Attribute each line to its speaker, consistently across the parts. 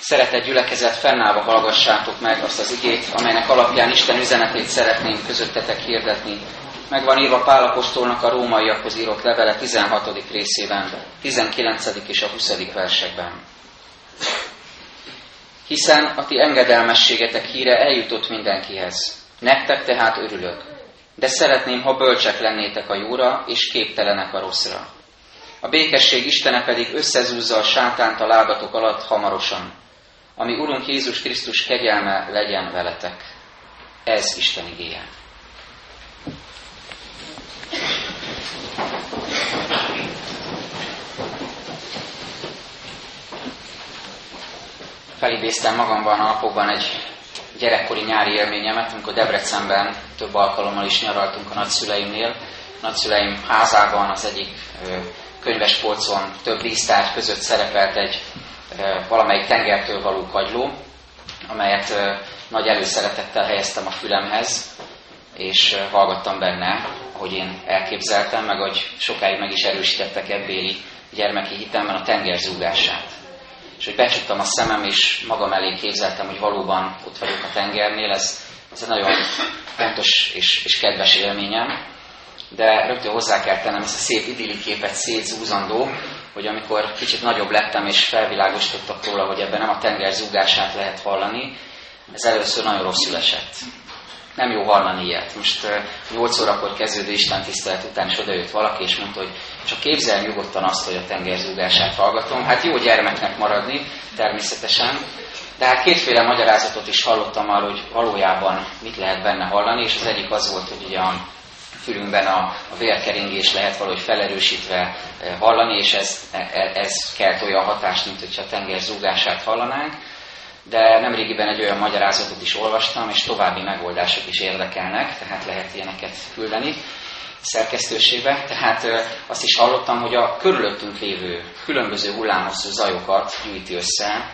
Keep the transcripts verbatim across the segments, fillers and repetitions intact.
Speaker 1: Szeretett gyülekezet, fennállva hallgassátok meg azt az igét, amelynek alapján Isten üzenetét szeretnénk közöttetek hirdetni. Meg van írva Pál apostolnak a rómaiakhoz írott levele tizenhatodik részében, tizenkilencedik és a huszadik versekben. Hiszen a ti engedelmességetek híre eljutott mindenkihez. Nektek tehát örülök, de szeretném, ha bölcsek lennétek a jóra, és képtelenek a rosszra. A békesség Istene pedig összezúzza a sátánt a lábatok alatt hamarosan. Ami Urunk Jézus Krisztus kegyelme legyen veletek. Ez Isten igéje. Felidéztem magamban a napokban egy gyerekkori nyári élményemet, amikor Debrecenben több alkalommal is nyaraltunk a nagyszüleimnél. A nagyszüleim házában az egyik könyvespolcon több dísztárgy között szerepelt egy valamelyik tengertől való kagyló, amelyet nagy előszeretettel helyeztem a fülemhez, és hallgattam benne, ahogy én elképzeltem, meg hogy sokáig meg is erősítettek ebbéli gyermeki hitemben a tenger zúgását. És hogy becsuktam a szemem, és magam elé képzeltem, hogy valóban ott vagyok a tengernél, ez, ez egy nagyon fontos és, és kedves élményem. De rögtön hozzá kell tennem ezt a szép idilli képet szétzúzandó, hogy amikor kicsit nagyobb lettem, és felvilágosítottak róla, hogy ebben nem a tenger zúgását lehet hallani, ez először nagyon rosszul esett. Nem jó hallani ilyet. Most nyolc órakor kezdődő istentisztelet után is odajött valaki, és mondta, hogy csak képzelj nyugodtan azt, hogy a tenger zúgását hallgatom. Hát jó gyermeknek maradni, természetesen. De hát kétféle magyarázatot is hallottam arra, hogy valójában mit lehet benne hallani, és az egyik az volt, hogy ugye a fülünkben a, a vérkeringés lehet valahogy felerősítve hallani, és ez, ez kelt olyan hatást, mint hogyha a tenger zúgását hallanánk. De nemrégiben egy olyan magyarázatot is olvastam, és további megoldások is érdekelnek, tehát lehet ilyeneket küldeni szerkesztőségbe. Tehát azt is hallottam, hogy a körülöttünk lévő különböző hullámhosszú zajokat gyűjti össze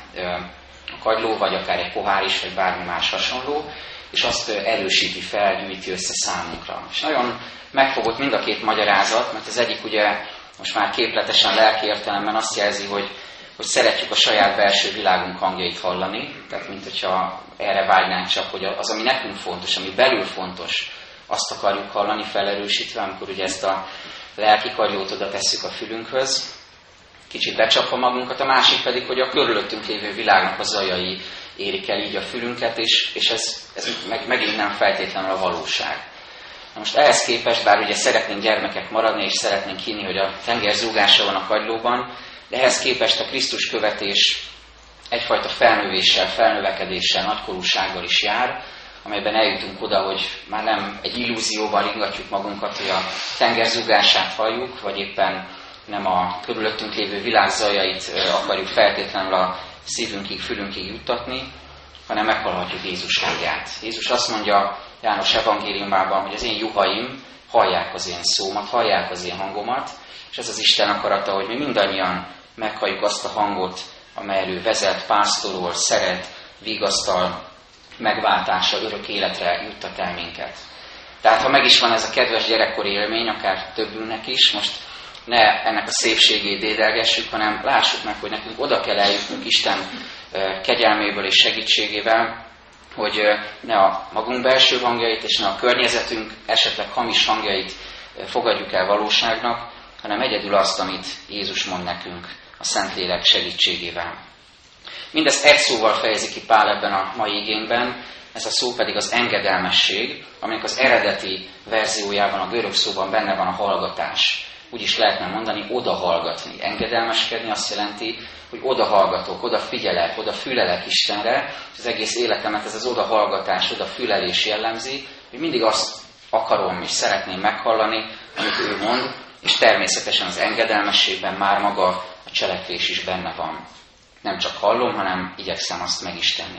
Speaker 1: a kagyló, vagy akár egy pohár is, vagy bármi más hasonló, és azt erősíti fel, gyűjti össze számunkra. És nagyon megfogott mind a két magyarázat, mert az egyik ugye most már képletesen, lelki értelemben azt jelzi, hogy, hogy szeretjük a saját belső világunk hangjait hallani, tehát mint hogyha erre vágynánk csak, hogy az, ami nekünk fontos, ami belül fontos, azt akarjuk hallani felerősítve, amikor ugye ezt a lelki kagylót oda tesszük a fülünkhöz, kicsit becsapva magunkat, a másik pedig, hogy a körülöttünk lévő világnak a zajai érik el így a fülünket, és, és ez, ez meg, megint nem feltétlenül a valóság. Na most ehhez képest, bár ugye szeretnénk gyermekek maradni, és szeretnénk hinni, hogy a tenger zúgása van a kagylóban, de ehhez képest a Krisztus követés egyfajta felnővéssel, felnövekedéssel, nagykorúsággal is jár, amelyben eljutunk oda, hogy már nem egy illúzióval ingatjuk magunkat, hogy a tenger zúgását halljuk, vagy éppen nem a körülöttünk lévő világ zajait akarjuk feltétlenül a szívünkig, fülünkig juttatni, hanem meghallhatjuk Jézus hangját. Jézus azt mondja János evangéliumában, hogy az én juhaim hallják az én szómat, hallják az én hangomat, és ez az Isten akarata, hogy mi mindannyian meghalljuk azt a hangot, amely ő vezet, pásztorol, szeret, vigasztal, megváltása, örök életre juttat el minket. Tehát ha meg is van ez a kedves gyerekkori élmény, akár többünknek is, most ne ennek a szépségét dédelgessük, hanem lássuk meg, hogy nekünk oda kell eljutnunk Isten kegyelméből és segítségével, hogy ne a magunk belső hangjait és ne a környezetünk esetleg hamis hangjait fogadjuk el valóságnak, hanem egyedül azt, amit Jézus mond nekünk a Szentlélek segítségével. Mindezt egy szóval fejezi ki Pál ebben a mai igényben, ez a szó pedig az engedelmesség, aminek az eredeti verziójában, a görög szóban benne van a hallgatás. Úgy is lehetne mondani, odahallgatni. Engedelmeskedni azt jelenti, hogy odahallgatok, odafigyelek, odafülelek Istenre, és az egész életemet ez az odahallgatás, odafülelés jellemzi, hogy mindig azt akarom és szeretném meghallani, amit ő mond, és természetesen az engedelmességben már maga a cselekvés is benne van. Nem csak hallom, hanem igyekszem azt meg is tenni.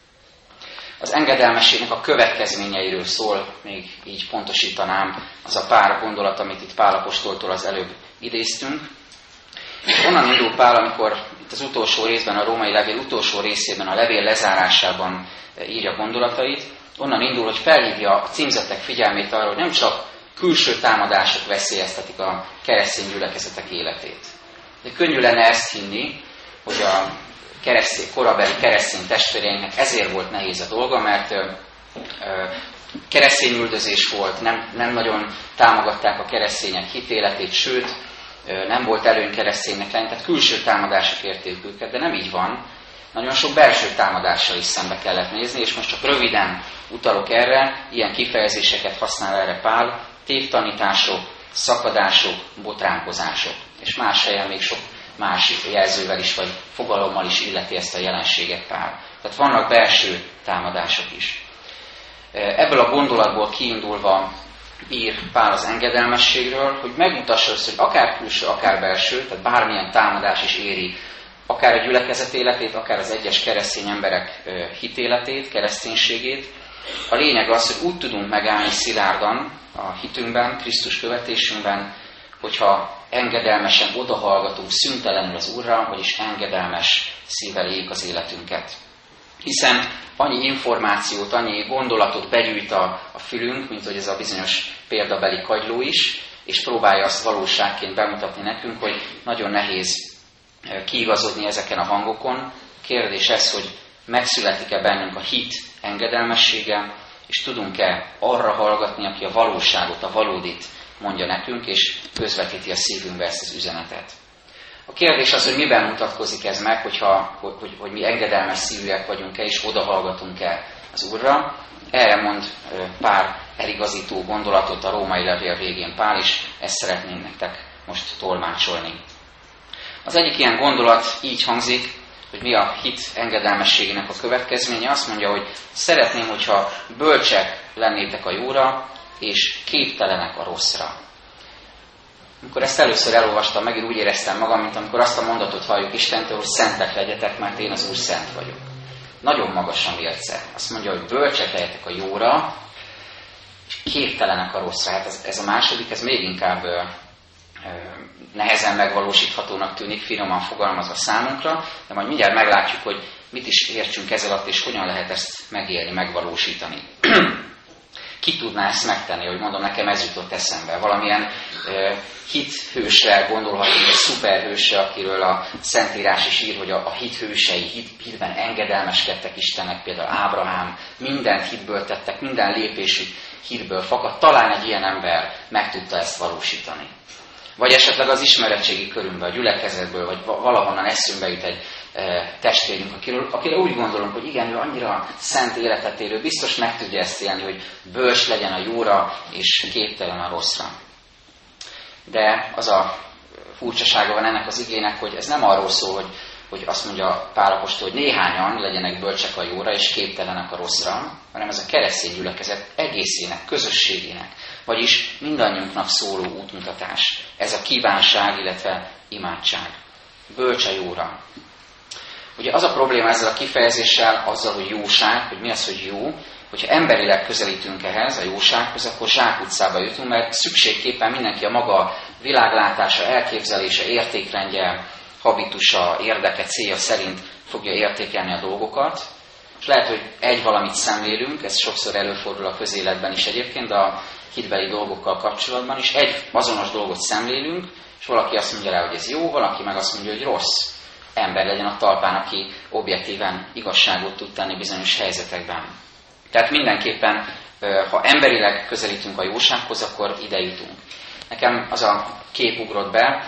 Speaker 1: Az engedelmességnek a következményeiről szól, még így pontosítanám, az a pár gondolat, amit itt Pál apostoltól az előbb idéztünk. Onnan indul Pál, amikor itt az utolsó részben, a római levél utolsó részében, a levél lezárásában írja gondolatait, onnan indul, hogy felhívja a címzettek figyelmét arra, hogy nem csak külső támadások veszélyeztetik a keresztény gyülekezetek életét. De könnyű lenne ezt hinni, hogy a keresztény, korabeli keresztény testvéreinknek ezért volt nehéz a dolga, mert ö, ö, keresztényüldözés volt, nem, nem nagyon támogatták a keresztények hitéletét, sőt, ö, nem volt előny kereszténynek lenni, tehát külső támadások érték őket, de nem így van. Nagyon sok belső támadással is szembe kellett nézni, és most csak röviden utalok erre, ilyen kifejezéseket használ erre Pál, tévtanítások, szakadások, botránkozások, és más helyen még sok más jelzővel is, vagy fogalommal is illeti ezt a jelenséget Pál. Tehát vannak belső támadások is. Ebből a gondolatból kiindulva ír Pál az engedelmességről, hogy megmutassa azt, hogy akár külső, akár belső, tehát bármilyen támadás is éri, akár a gyülekezet életét, akár az egyes keresztény emberek hitéletét, kereszténységét. A lényeg az, hogy úgy tudunk megállni szilárdan a hitünkben, Krisztus követésünkben, hogyha engedelmesen odahallgatunk szüntelenül az Úrra, vagyis engedelmes szívvel éljük az életünket. Hiszen annyi információt, annyi gondolatot begyűjt a, a fülünk, mint hogy ez a bizonyos példabeli kagyló is, és próbálja azt valóságként bemutatni nekünk, hogy nagyon nehéz kiigazodni ezeken a hangokon. Kérdés ez, hogy megszületik-e bennünk a hit engedelmessége, és tudunk-e arra hallgatni, aki a valóságot, a valódit mondja nekünk, és közvetíti a szívünkbe ezt az üzenetet. A kérdés az, hogy miben mutatkozik ez meg, hogyha, hogy, hogy, hogy mi engedelmes szívűek vagyunk-e, és odahallgatunk-e az Úrra. Erre mond pár eligazító gondolatot a római levél végén Pál, és ezt szeretném nektek most tolmácsolni. Az egyik ilyen gondolat így hangzik, hogy mi a hit engedelmességének a következménye. Azt mondja, hogy szeretném, hogyha bölcsek lennétek a jóra, és képtelenek a rosszra. Amikor ezt először elolvastam, megint úgy éreztem magam, mint amikor azt a mondatot halljuk Istentől, hogy szentek legyetek, mert én az Úr szent vagyok. Nagyon magas a mérce. Azt mondja, hogy bölcsek legyetek a jóra, és képtelenek a rosszra. Hát ez, ez a második, ez még inkább ö, ö, nehezen megvalósíthatónak tűnik, finoman fogalmazva számunkra, de majd mindjárt meglátjuk, hogy mit is értsünk ezzel alatt, és hogyan lehet ezt megélni, megvalósítani. Ki tudná ezt megtenni, hogy mondom, nekem ez jutott eszembe. Valamilyen uh, hithősre gondolhatunk, egy szuperhősre, akiről a Szentírás is ír, hogy a, a hithősei hit, hitben engedelmeskedtek Istennek, például Ábrahám, mindent hitből tettek, minden lépésük hitből fakad. Talán egy ilyen ember meg tudta ezt valósítani. Vagy esetleg az ismeretségi körünkben, a gyülekezetből, vagy valahonnan eszünkbe jut egy e, testvérünk, akiről, akire úgy gondolom, hogy igen, ő annyira szent életet élő, biztos meg tudja ezt élni, hogy bölcs legyen a jóra, és képtelen a rosszra. De az a furcsasága van ennek az igének, hogy ez nem arról szól, hogy, hogy azt mondja Pál apostol, hogy néhányan legyenek bölcsek a jóra, és képtelenek a rosszra, hanem ez a keresztény gyülekezet egészének, közösségének, vagyis mindannyiunknak szóló útmutatás. Ez a kívánság, illetve imádság. Bölcs a jóra. Ugye az a probléma ezzel a kifejezéssel, azzal, hogy jóság, hogy mi az, hogy jó, hogyha emberileg közelítünk ehhez, a jósághoz, akkor zsákutcába jutunk, mert szükségképpen mindenki a maga világlátása, elképzelése, értékrendje, habitusa, érdeke, célja szerint fogja értékelni a dolgokat. És lehet, hogy egy valamit szemlélünk, ez sokszor előfordul a közéletben is egyébként, de a hitbeli dolgokkal kapcsolatban is. Egy azonos dolgot szemlélünk, és valaki azt mondja rá, hogy ez jó, valaki meg azt mondja, hogy rossz. Ember legyen a talpán, aki objektíven igazságot tud tenni bizonyos helyzetekben. Tehát mindenképpen, ha emberileg közelítünk a jósághoz, akkor ide jutunk. Nekem az a kép ugrott be,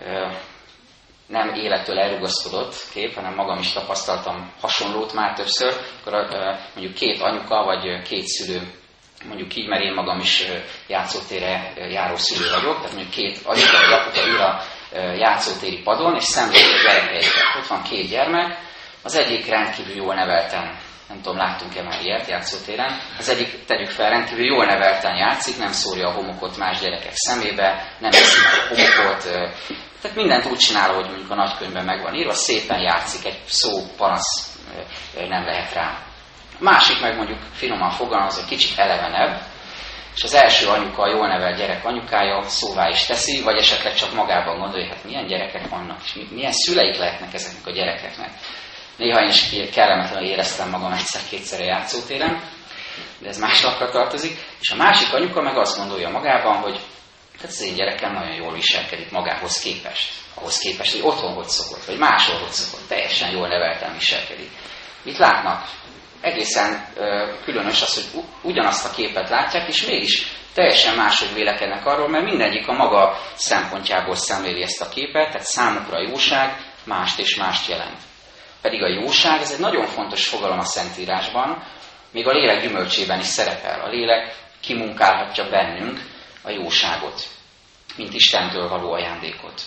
Speaker 1: nem élettől elrugaszkodott kép, hanem magam is tapasztaltam hasonlót már többször, akkor mondjuk két anyuka, vagy két szülő, mondjuk így, mert én magam is játszótérre járó szülő vagyok, tehát mondjuk két anyuka vagy apuka ül a játszótéri padon, és szemléli a gyerekeiket. Ott van két gyermek, az egyik rendkívül jól nevelten, nem tudom, láttunk-e már ilyet játszótéren, az egyik, tegyük fel, rendkívül jól nevelten játszik, nem szórja a homokot más gyerekek szemébe, nem eszi meg a homokot, tehát mindent úgy csinál, hogy mondjuk a nagykönyvben meg van írva, szépen játszik, egy szó, panasz nem lehet rá. A másik meg mondjuk finoman fogalmaz, egy kicsit elevenebb, és az első anyuka, a jól nevelt gyerek anyukája szóvá is teszi, vagy esetleg csak magában gondolja, hát milyen gyerekek vannak, és milyen szüleik lehetnek ezeknek a gyerekeknek. Néha én is kellemetlenül éreztem magam egyszer-kétszer a játszótéren, de ez más lapra tartozik. És a másik anyuka meg azt gondolja magában, hogy hát az én gyerekem nagyon jól viselkedik magához képest. Ahhoz képest, hogy otthon hogy szokott, vagy máshol hogy szokott. Teljesen jól nevelten viselkedik. Mit látnak? Egészen ö, különös az, hogy ugyanazt a képet látják, és mégis teljesen máshogy vélekednek arról, mert mindegyik a maga szempontjából szemléli ezt a képet, tehát számukra a jóság mást és mást jelent. Pedig a jóság, ez egy nagyon fontos fogalom a Szentírásban, még a lélek gyümölcsében is szerepel. A lélek kimunkálhatja bennünk a jóságot, mint Istentől való ajándékot.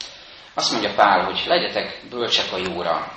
Speaker 1: Azt mondja Pál, hogy legyetek bölcsek a jóra.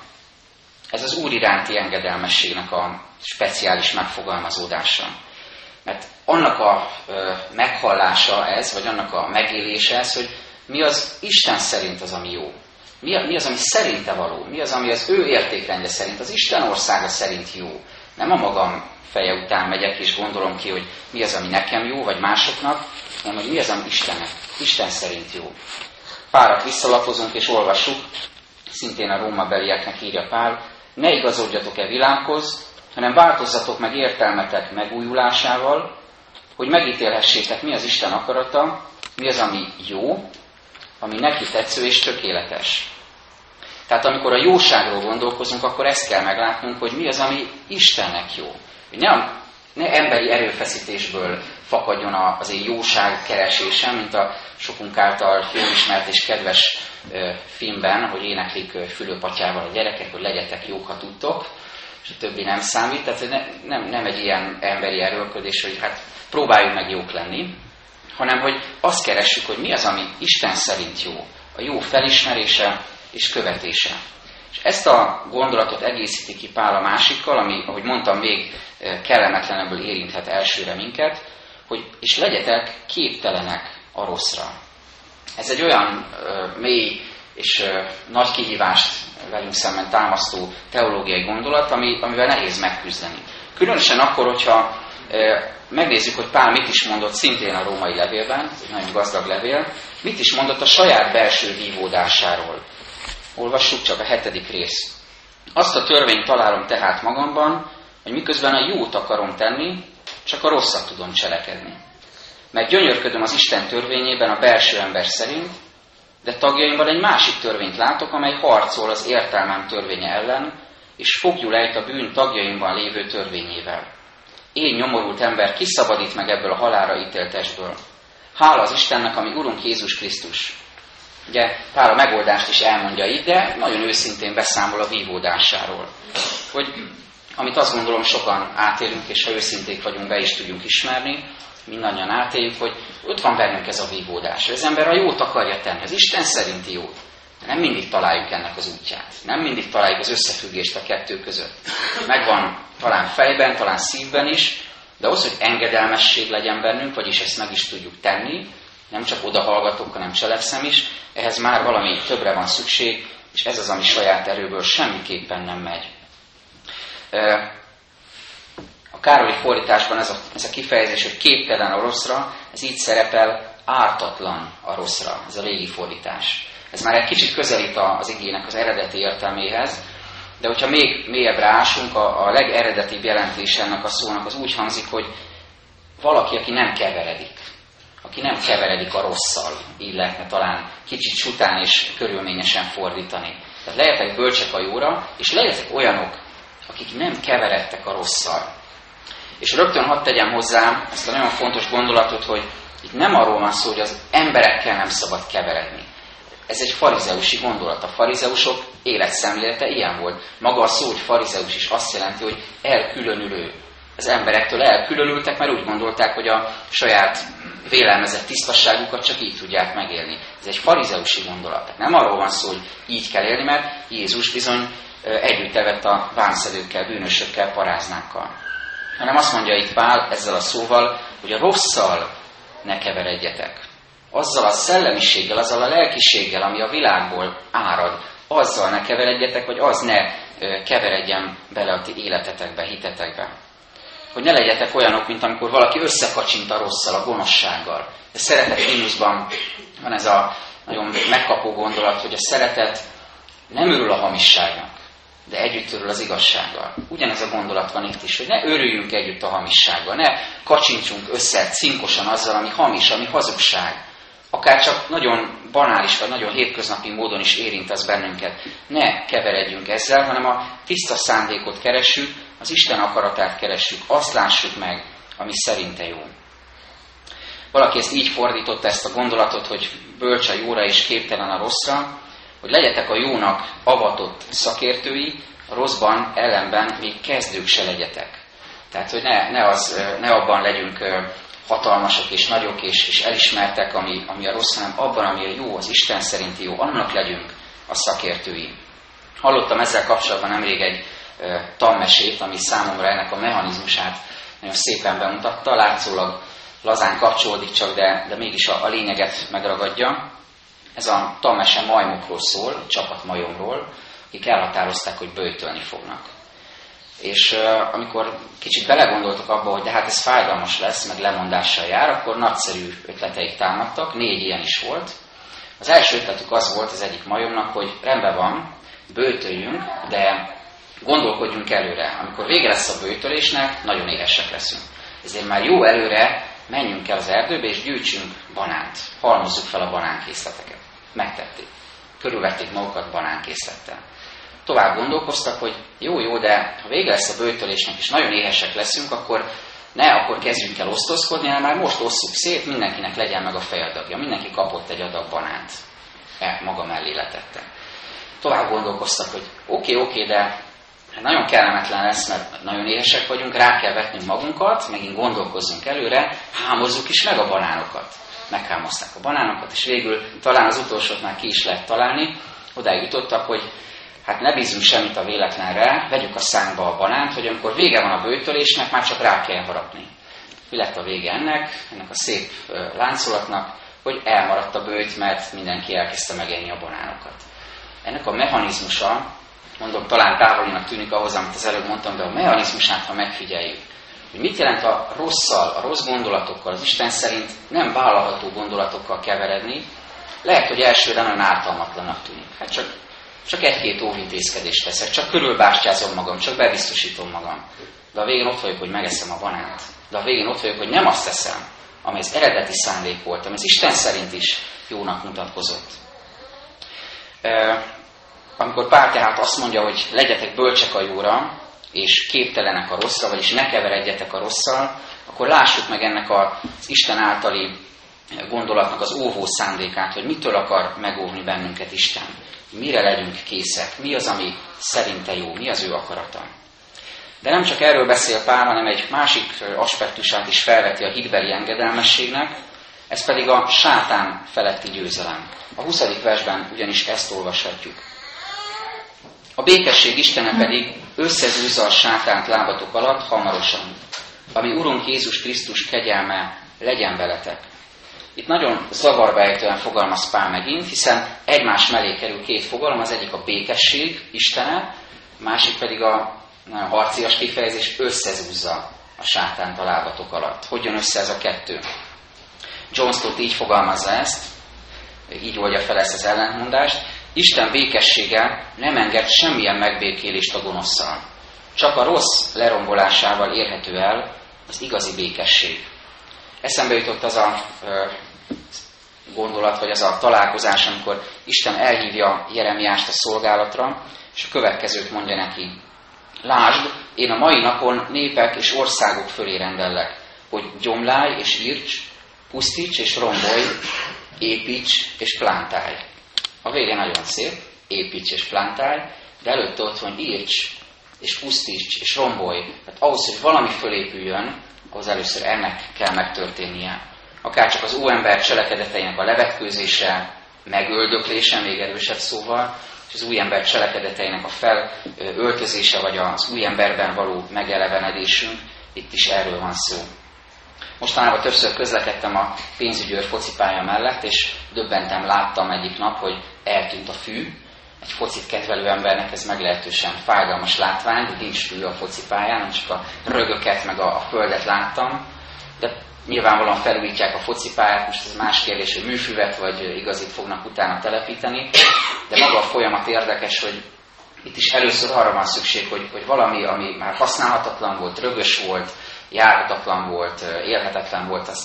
Speaker 1: Ez az Úr iránti engedelmességnek a speciális megfogalmazódása. Mert annak a ö, meghallása ez, vagy annak a megélése ez, hogy mi az Isten szerint az, ami jó. Mi, a, mi az, ami szerinte való. Mi az, ami az ő értékrendje szerint, az Isten országa szerint jó. Nem a magam feje után megyek és gondolom ki, hogy mi az, ami nekem jó, vagy másoknak, hanem hogy mi az, ami Istennek, Isten szerint jó. Párat visszalapozunk és olvassuk, szintén a rómabelieknek írja Pál, ne igazodjatok-e világhoz, hanem változzatok meg értelmetek megújulásával, hogy megítélhessétek, mi az Isten akarata, mi az, ami jó, ami neki tetsző és tökéletes. Tehát amikor a jóságról gondolkozunk, akkor ezt kell meglátnunk, hogy mi az, ami Istennek jó. Hogy ne, ne emberi erőfeszítésből fakadjon az én jóság keresésem, mint a sokunk által jól ismert és kedves filmben, hogy éneklik fülőpatyával a gyerekek, hogy legyetek jók, ha tudtok, és a többi nem számít. Tehát ne, nem, nem egy ilyen emberi erőlködés, hogy hát próbáljunk meg jók lenni, hanem hogy azt keressük, hogy mi az, ami Isten szerint jó. A jó felismerése és követése. És ezt a gondolatot egészíti ki Pál a másikkal, ami, ahogy mondtam, még kellemetlenebből érinthet elsőre minket, hogy és legyetek képtelenek a rosszra. Ez egy olyan ö, mély és ö, nagy kihívást velünk szemben támasztó teológiai gondolat, ami, amivel nehéz megküzdeni. Különösen akkor, hogyha ö, megnézzük, hogy Pál mit is mondott szintén a római levélben, ez egy nagyon gazdag levél, mit is mondott a saját belső vívódásáról. Olvassuk csak a hetedik rész. Azt a törvényt találom tehát magamban, hogy miközben a jót akarom tenni, csak a rosszat tudom cselekedni. Mert gyönyörködöm az Isten törvényében a belső ember szerint, de tagjaimban egy másik törvényt látok, amely harcol az értelmem törvénye ellen, és fogjul ejt a bűn tagjaimban lévő törvényével. Én nyomorult ember, kiszabadít meg ebből a halálra ítélt testből. Hála az Istennek, ami Urunk Jézus Krisztus. Ugye Pál a megoldást is elmondja itt, de nagyon őszintén beszámol a vívódásáról. Hogy amit azt gondolom sokan átélünk, és ha őszinték vagyunk, be is tudjunk ismerni, mindannyian átéljük, hogy ott van bennünk ez a vívódás. Az ember a jót akarja tenni, az Isten szerinti jót. De nem mindig találjuk ennek az útját. Nem mindig találjuk az összefüggést a kettő között. Megvan talán fejben, talán szívben is, de ahhoz, hogy engedelmesség legyen bennünk, vagyis ezt meg is tudjuk tenni, nem csak odahallgatok, hanem cselekszem is, ehhez már valami többre van szükség, és ez az, ami saját erőből semmiképpen nem megy. A Károli fordításban ez a, ez a kifejezés, hogy képtelen a rosszra, ez így szerepel, ártatlan a rosszra, ez a régi fordítás. Ez már egy kicsit közelít az igének az eredeti értelméhez, de hogyha még mélyebbre ásunk, a, a legeredetibb jelentés ennek a szónak az úgy hangzik, hogy valaki, aki nem keveredik. Aki nem keveredik a rosszal, így lehetne talán kicsit sután és körülményesen fordítani. Tehát legyetek bölcsek a jóra, és legyetek olyanok, akik nem keveredtek a rosszal. És rögtön hadd tegyem hozzá ezt a nagyon fontos gondolatot, hogy itt nem arról van szó, hogy az emberekkel nem szabad keveredni. Ez egy farizeusi gondolat. A farizeusok életszemlélete ilyen volt. Maga a szó, hogy farizeus is azt jelenti, hogy elkülönülő. Az emberektől elkülönültek, mert úgy gondolták, hogy a saját vélelmezett tisztasságukat csak így tudják megélni. Ez egy farizeusi gondolat. Tehát nem arról van szó, hogy így kell élni, mert Jézus bizony együtt evett a vámszedőkkel, bűnösökkel, paráznákkal. Hanem azt mondja itt Pál ezzel a szóval, hogy a rosszal ne keveredjetek. Azzal a szellemiséggel, azzal a lelkiséggel, ami a világból árad, azzal ne keveredjetek, vagy az ne keveredjen bele a ti életetekbe, hitetekbe. Hogy ne legyetek olyanok, mint amikor valaki összekacsint a rosszal, a gonoszsággal. A szeretet mínuszban van ez a nagyon megkapó gondolat, hogy a szeretet nem örül a hamisságnak, de együtt örül az igazsággal. Ugyanez a gondolat van itt is, hogy ne örüljünk együtt a hamissággal, ne kacsintsunk össze cinkosan azzal, ami hamis, ami hazugság, akár csak nagyon banális, vagy nagyon hétköznapi módon is érint az bennünket. Ne keveredjünk ezzel, hanem a tiszta szándékot keressük, az Isten akaratát keressük, azt lássuk meg, ami szerinte jó. Valaki ezt így fordította, ezt a gondolatot, hogy bölcs a jóra és képtelen a rosszra, hogy legyetek a jónak avatott szakértői, a rosszban, ellenben még kezdők se legyetek. Tehát, hogy ne, ne, az, ne abban legyünk hatalmasak és nagyok és, és elismertek, ami, ami a rossz, hanem abban, ami a jó, az Isten szerinti jó, annak legyünk a szakértői. Hallottam ezzel kapcsolatban nemrég egy e, tanmesét, ami számomra ennek a mechanizmusát nagyon szépen bemutatta, látszólag lazán kapcsolódik csak, de, de mégis a, a lényeget megragadja. Ez a tanmese majmokról szól, egy csapat majomról, akik elhatározták, hogy böjtölni fognak. És uh, amikor kicsit belegondoltak abba, hogy de hát ez fájdalmas lesz, meg lemondással jár, akkor nagyszerű ötleteik támadtak, négy ilyen is volt. Az első ötletük az volt az egyik majomnak, hogy rendben van, böjtöljünk, de gondolkodjunk előre. Amikor vége lesz a böjtölésnek, nagyon éhesek leszünk. Ezért már jó előre menjünk el az erdőbe, és gyűjtsünk banánt. Halmozzuk fel a banánkészleteket. Megtették. Körülvették magukat banánkészlettel. Tovább gondolkoztak, hogy jó, jó, de ha vége lesz a böjtölésnek, és nagyon éhesek leszünk, akkor ne akkor kezdjünk el osztozkodni, hanem már most osszuk szét, mindenkinek legyen meg a fejadagja. Mindenki kapott egy adag banánt. E, maga mellé letette. Tovább gondolkoztak, hogy oké, okay, oké, okay, de nagyon kellemetlen lesz, mert nagyon éhesek vagyunk, rá kell vetnünk magunkat, megint gondolkozzunk előre, hámozzuk is meg a banánokat. Meghámozták a banánokat, és végül talán az utolsót már ki is lehet találni. Odáig jutottak, hogy hát ne bízunk semmit a véletlenre, vegyük a szánkba a banánt, hogy amikor vége van a böjtölésnek, már csak rá kell harapni. Mi lett a vége ennek, ennek a szép láncolatnak, hogy elmaradt a böjt, mert mindenki elkezdte megenni a banánokat. Ennek a mechanizmusa, mondom, talán távolinak tűnik ahhoz, amit az előbb mondtam, de a mechanizmusát, ha megfigyeljük, hogy mit jelent a rosszal, a rossz gondolatokkal, az Isten szerint nem vállalható gondolatokkal keveredni, lehet, hogy elsőre nagyon ártalmatlanak tűnik. Hát csak, csak egy-két óvintézkedést teszek, csak körülbástyázom magam, csak bebiztosítom magam. De a végén ott vagyok, hogy megeszem a banánt. De a végén ott vagyok, hogy nem azt teszem, ami az eredeti szándék volt, ami az Isten szerint is jónak mutatkozott. Amikor Pál tehát azt mondja, hogy legyetek bölcsek a jóra, és képtelenek a rosszra, vagyis ne keveredjetek a rosszal, akkor lássuk meg ennek az Isten általi gondolatnak az óvó szándékát, hogy mitől akar megóvni bennünket Isten. Mire legyünk készek, mi az, ami szerinte jó, mi az ő akarata. De nem csak erről beszél Pál, hanem egy másik aspektusát is felveti a hitbeli engedelmességnek, ez pedig a sátán feletti győzelem. A huszadik versben ugyanis ezt olvashatjuk. A békesség Istene pedig összezúzza a sátánt lábatok alatt hamarosan, ami Urunk Jézus Krisztus kegyelme legyen veletek. Itt nagyon zavarba ejtően fogalmaz Pál megint, hiszen egymás mellé kerül két fogalom, az egyik a békesség Istene, a másik pedig a nagyon harcias kifejezés, összezúzza a sátánt a lábatok alatt. Hogy jön össze ez a kettő? John Stott így fogalmazza ezt, így oldja fel ezt az ellentmondást. Isten békessége nem enged semmilyen megbékélést a gonoszszal. Csak a rossz lerombolásával érhető el az igazi békesség. Eszembe jutott az a ö, gondolat, vagy az a találkozás, amikor Isten elhívja Jeremiást a szolgálatra, és a következőt mondja neki. Lásd, én a mai napon népek és országok fölé rendellek, hogy gyomlálj és írts, pusztíts és rombolj, építs és plántálj. A vége nagyon szép, építs és plántálj, de előtte ott van írts és pusztíts és rombolj. Tehát ahhoz, hogy valami fölépüljön, ahhoz először ennek kell megtörténnie. Akár csak az óember cselekedeteinek a levetkőzése, megöldöklése, még erősebb szóval, és az új ember cselekedeteinek a felöltözése, vagy az új emberben való megelevenedésünk, itt is erről van szó. Mostanában többször közlekedtem a pénzügyőr focipálya mellett, és döbbentem, láttam egyik nap, hogy eltűnt a fű. Egy focit kedvelő embernek ez meglehetősen fájdalmas látvány, hogy nincs fű a focipályán, nem csak a rögöket, meg a, a földet láttam. De nyilvánvalóan felújítják a focipályát, most ez más kérdés, hogy műfüvet vagy igazit fognak utána telepíteni. De maga a folyamat érdekes, hogy itt is először arra van szükség, hogy, hogy valami, ami már használhatatlan volt, rögös volt, járhatatlan volt, élhetetlen volt, az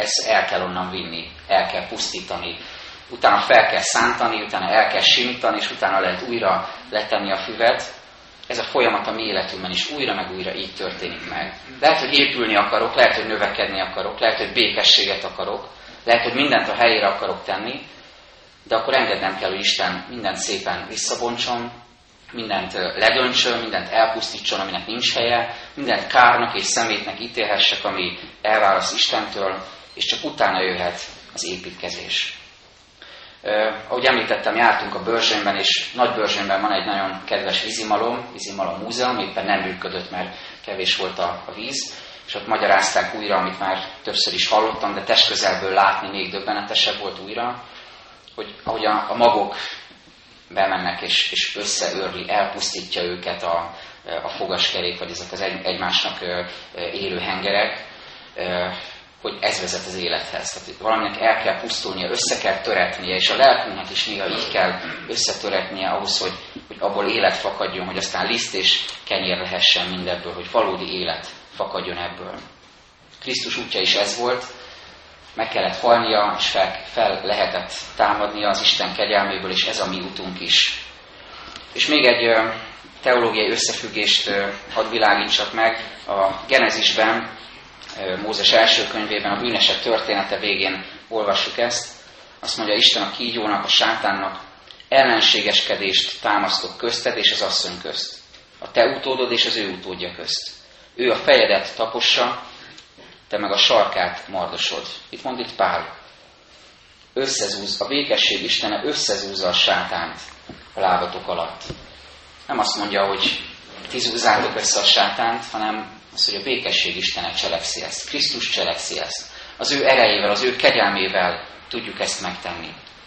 Speaker 1: ezt el kell onnan vinni, el kell pusztítani, utána fel kell szántani, utána el kell simítani, és utána lehet újra letenni a füvet. Ez a folyamat a mi életünkben is újra meg újra így történik meg. Lehet, hogy épülni akarok, lehet, hogy növekedni akarok, lehet, hogy békességet akarok, lehet, hogy mindent a helyére akarok tenni, de akkor engednem kell, hogy Isten mindent szépen visszabontson, mindent ledöntsön, mindent elpusztítson, aminek nincs helye, mindent kárnak és szemétnek ítélhessek, ami elválaszt Istentől, és csak utána jöhet az építkezés. Uh, ahogy említettem, jártunk a Börzsönben, és Nagybörzsönben van egy nagyon kedves vízimalom, vízimalom múzeum, éppen nem működött, mert kevés volt a, a víz, és ott magyarázták újra, amit már többször is hallottam, de testközelből látni még döbbenetesebb volt újra, hogy ahogy a, a magok bemennek és, és összeörli, elpusztítja őket a, a fogaskerék, vagy ezek az egy, egymásnak élő hengerek, hogy ez vezet az élethez. Tehát valaminek el kell pusztulnia, össze kell töretnie, és a lelkünknek is néha így kell összetöretnie ahhoz, hogy, hogy abból élet fakadjon, hogy aztán liszt és kenyér lehessen mindebből, hogy valódi élet fakadjon ebből. Krisztus útja is ez volt, meg kellett halnia, és fel, fel lehetett támadnia az Isten kegyelméből, és ez a mi utunk is. És még egy teológiai összefüggést hadd világítsak meg. A Genezisben, Mózes első könyvében, a bűnesek története végén olvassuk ezt. Azt mondja Isten a kígyónak, a sátánnak: ellenségeskedést támasztok közted és az asszony közt, a te utódod és az ő utódja közt. Ő a fejedet tapossa, te meg a sarkát mardosod. Itt mond itt Pál. Összezúz, a békesség Istene összezúzza a sátánt a lábatok alatt. Nem azt mondja, hogy ti zúzzátok össze a sátánt, hanem azt, hogy a békesség Istene cselekszi ezt. Krisztus cselekszi ezt. Az ő erejével, az ő kegyelmével tudjuk ezt megtenni.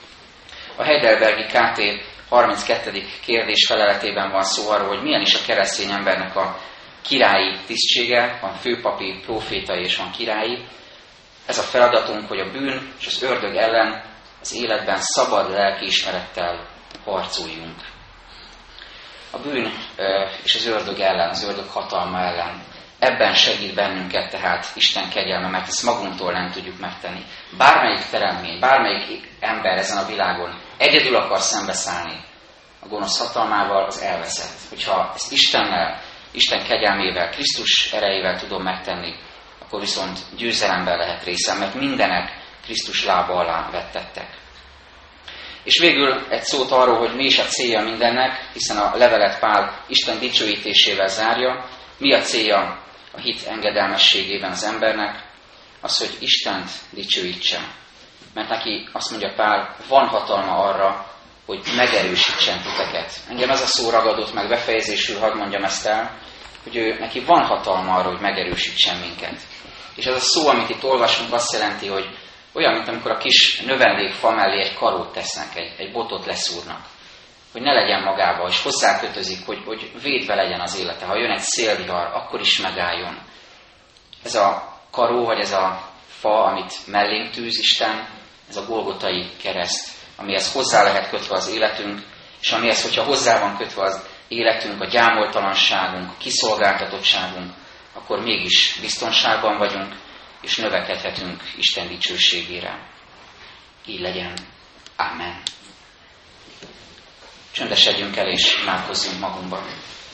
Speaker 1: A Heidelbergi ká té harminckettedik kérdés feleletében van szó arról, hogy milyen is a keresztény embernek a királyi tisztsége, van főpapi, prófétai és van királyi. Ez a feladatunk, hogy a bűn és az ördög ellen az életben szabad lelkiismerettel harcoljunk. A bűn és az ördög ellen, az ördög hatalma ellen. Ebben segít bennünket tehát Isten kegyelme, mert ezt magunktól nem tudjuk megtenni. Bármelyik teremtmény, bármelyik ember ezen a világon egyedül akar szembeszállni a gonosz hatalmával, az elveszett. Hogyha ezt Istennel, Isten kegyelmével, Krisztus erejével tudom megtenni, akkor viszont győzelemben lehet részem, mert mindenek Krisztus lába alá vettettek. És végül egy szót arról, hogy mi is a célja mindennek, hiszen a levelet Pál Isten dicsőítésével zárja. Mi a célja a hit engedelmességében az embernek? Az, hogy Istent dicsőítse. Mert neki, azt mondja Pál, van hatalma arra, hogy megerősítsen titeket. Engem ez a szó ragadott meg befejezésül, hadd mondjam ezt el, hogy ő, neki van hatalma arra, hogy megerősítsen minket. És ez a szó, amit itt olvasunk, azt jelenti, hogy olyan, mint amikor a kis növendékfa mellé egy karót tesznek, egy, egy botot leszúrnak. Hogy ne legyen magába, és hozzákötözik, hogy, hogy védve legyen az élete. Ha jön egy szélvihar, akkor is megálljon. Ez a karó, vagy ez a fa, amit mellénk tűz Isten, ez a golgotai kereszt, amihez hozzá lehet kötve az életünk, és amihez, hogyha hozzá van kötve az életünk, a gyámoltalanságunk, a kiszolgáltatottságunk, akkor mégis biztonságban vagyunk, és növekedhetünk Isten dicsőségére. Így legyen. Amen. Csöndesedjünk el, és imádkozzunk magunkban.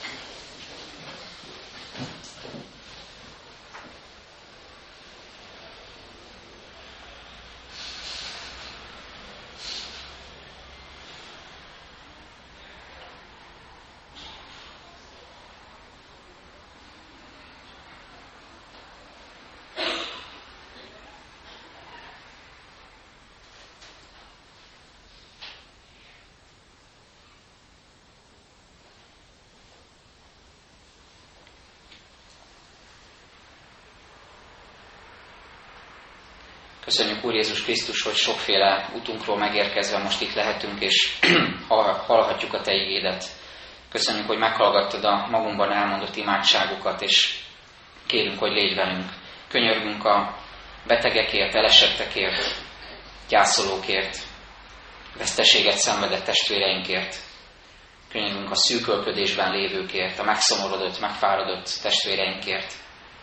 Speaker 1: Köszönjük, Úr Jézus Krisztus, hogy sokféle utunkról megérkezve most itt lehetünk, és hallhatjuk a Te igédet. Köszönjük, hogy meghallgattad a magunkban elmondott imádságokat, és kérünk, hogy légy velünk. Könyörgünk a betegekért, elesettekért, gyászolókért, veszteséget szenvedett testvéreinkért. Könyörgünk a szűkölködésben lévőkért, a megszomorodott, megfáradott testvéreinkért.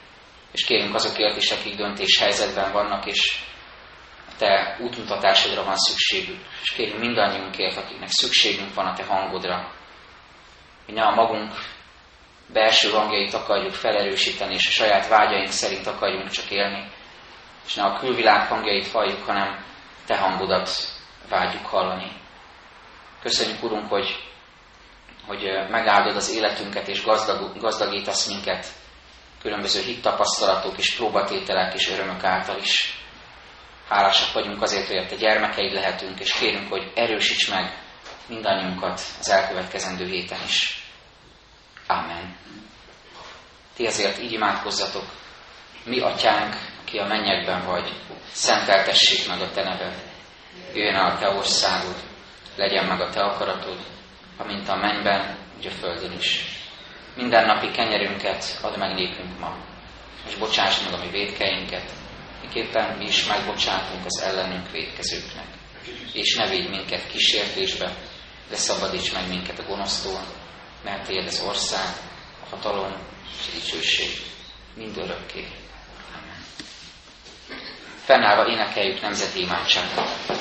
Speaker 1: és kérünk azokért is, akik döntéshelyzetben vannak, és a Te útmutatásodra van szükségük. És kérünk mindannyiunkért, akiknek szükségünk van a Te hangodra, hogy ne a magunk belső hangjait akarjuk felerősíteni, és a saját vágyaink szerint akarjunk csak élni, és ne a külvilág hangjait halljuk, hanem Te hangodat vágyjuk hallani. Köszönjük, Urunk, hogy, hogy megáldod az életünket, és gazdag, gazdagítasz minket különböző hittapasztalatok és próbatételek és örömök által is. Hálásak vagyunk azért, hogy a Te gyermekeid lehetünk, és kérünk, hogy erősíts meg mindannyiunkat az elkövetkezendő héten is. Amen. Ti ezért így imádkozzatok: mi Atyánk, aki a mennyekben vagy, szenteltessék meg a Te neved. Jöjjön el a Te országod, legyen meg a Te akaratod, amint a mennyben, úgy a földön is. Mindennapi kenyerünket add meg nékünk ma, és bocsáss meg a mi vétkeinket, miképpen mi is megbocsátunk az ellenünk vétkezőknek. És ne védj minket kísértésbe, de szabadíts meg minket a gonosztól, mert Tiéd az ország, a hatalom és a dicsőség mindörökké. Amen. Fennállva énekeljük nemzeti imádságot.